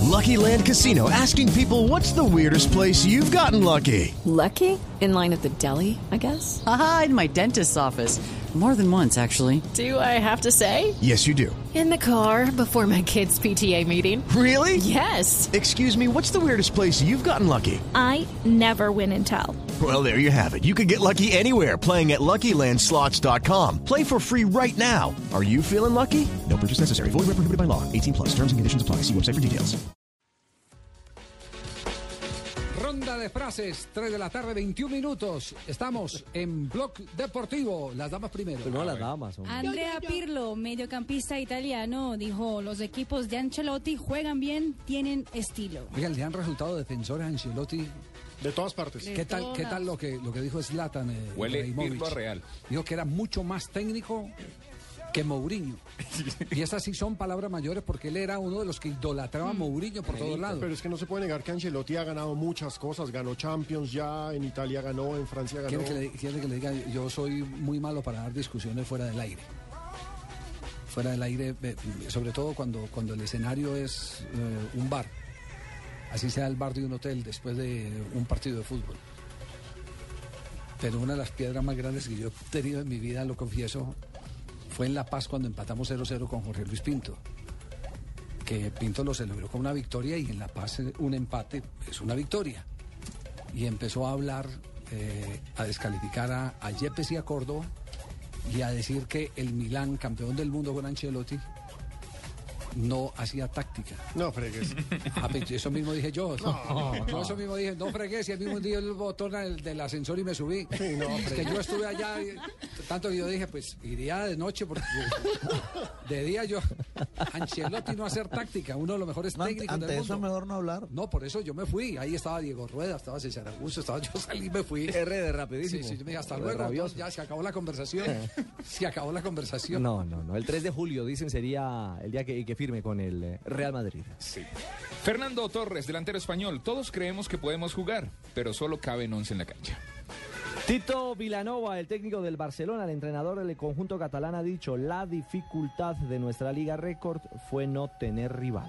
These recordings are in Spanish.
Lucky Land Casino, asking people, what's the weirdest place you've gotten lucky? Lucky? In line at the deli, I guess? Aha, in my dentist's office. More than once, actually. Do I have to say? Yes, you do. In the car before my kids' PTA meeting. Really? Yes. Excuse me, what's the weirdest place you've gotten lucky? I never win and tell. Well, there you have it. You can get lucky anywhere, playing at LuckyLandSlots.com. Play for free right now. Are you feeling lucky? No purchase necessary. Void where prohibited by law. 18 plus. Terms and conditions apply. See website for details. Ronda de frases, 3 de la tarde, 21 minutos. Estamos en Blog Deportivo. Las damas primero. No, las damas. Andrea Pirlo, mediocampista italiano, dijo: los equipos de Ancelotti juegan bien, tienen estilo. Oigan, le han resultado defensores a Ancelotti de todas partes. ¿Qué tal lo que dijo Zlatan? Huele Pirlo a Real. Dijo que era mucho más técnico que Mourinho. Y estas sí son palabras mayores, porque él era uno de los que idolatraba a Mourinho por todos lados. Pero es que no se puede negar que Ancelotti ha ganado muchas cosas. Ganó Champions ya, en Italia ganó, en Francia ganó. ¿Quiere que le diga? Yo soy muy malo para dar discusiones fuera del aire. Fuera del aire, sobre todo cuando el escenario es un bar. Así sea el bar de un hotel después de un partido de fútbol. Pero una de las piedras más grandes que yo he tenido en mi vida, lo confieso, fue en La Paz cuando empatamos 0-0 con Jorge Luis Pinto. Que Pinto lo celebró con una victoria, y en La Paz un empate es una victoria. Y empezó a hablar, a descalificar a Yepes y a Córdoba, y a decir que el Milán, campeón del mundo con Ancelotti, no hacía táctica. No fregues. Eso mismo dije yo. No. Eso mismo dije, no fregues. Y el mismo día el botón del ascensor y me subí. Sí, no, que yo estuve allá, tanto que yo dije, pues iría de noche, porque de día yo, Ancelotti no hacer táctica, uno de los mejores técnicos del mundo. Eso es mejor no hablar. No, por eso yo me fui. Ahí estaba Diego Rueda, estaba César Augusto, yo salí y me fui. RD rapidísimo. Sí, yo me dije, hasta luego. Entonces, ya se acabó la conversación. No. El 3 de julio, dicen, sería el día que firme con el Real Madrid. Sí. Fernando Torres, delantero español. Todos creemos que podemos jugar, pero solo caben 11 en la cancha. Tito Vilanova, el técnico del Barcelona, el entrenador del conjunto catalán, ha dicho: la dificultad de nuestra Liga Récord fue no tener rival.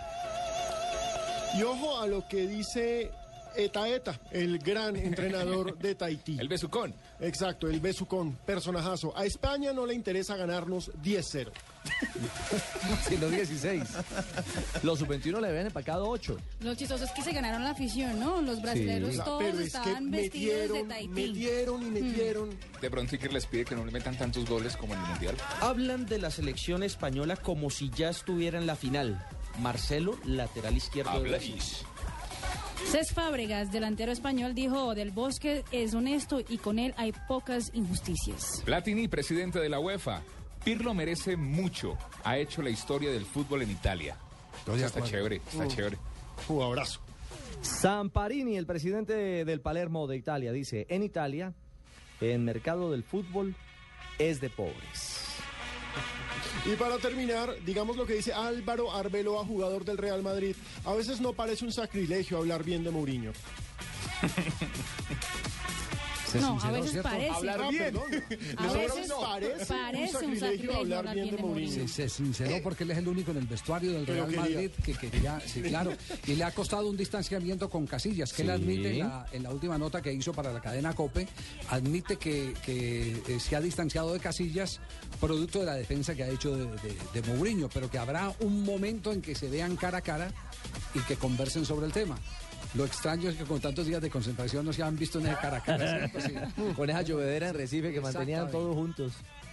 Y ojo a lo que dice Eta, el gran entrenador de Tahití. El Besucón. Exacto, el Besucón, personajazo. A España no le interesa ganarnos 10-0. Sino 16. Los sub-21 le habían empacado 8. Lo chistoso es que se ganaron la afición, ¿no? Los brasileños todos pero estaban vestidos de Tahití. Metieron. De pronto Iker les pide que no le metan tantos goles como en el Mundial. Hablan de la selección española como si ya estuviera en la final. Marcelo, lateral izquierdo de Brasil. Cés Fábregas, delantero español, dijo: Del Bosque es honesto y con él hay pocas injusticias. Platini, presidente de la UEFA. Pirlo merece mucho. Ha hecho la historia del fútbol en Italia. Está chévere. Jugadorazo. Samparini, el presidente del Palermo de Italia, dice: en Italia, el mercado del fútbol es de pobres. Y para terminar, digamos lo que dice Álvaro Arbeloa, jugador del Real Madrid. A veces no parece un sacrilegio hablar bien de Mourinho. No, a veces ¿cierto? parece. Hablar bien. A veces parece un sacrilegio hablar bien de Mourinho. Se sinceró porque él es el único en el vestuario del Real Madrid que quería, sí, claro, y le ha costado un distanciamiento con Casillas, que él admite en la última nota que hizo para la cadena COPE, admite que se ha distanciado de Casillas producto de la defensa que ha hecho de Mourinho, pero que habrá un momento en que se vean cara a cara y que conversen sobre el tema. Lo extraño es que con tantos días de concentración no se han visto en el cara a cara. Con esa llovedera en Recife que mantenían todos juntos.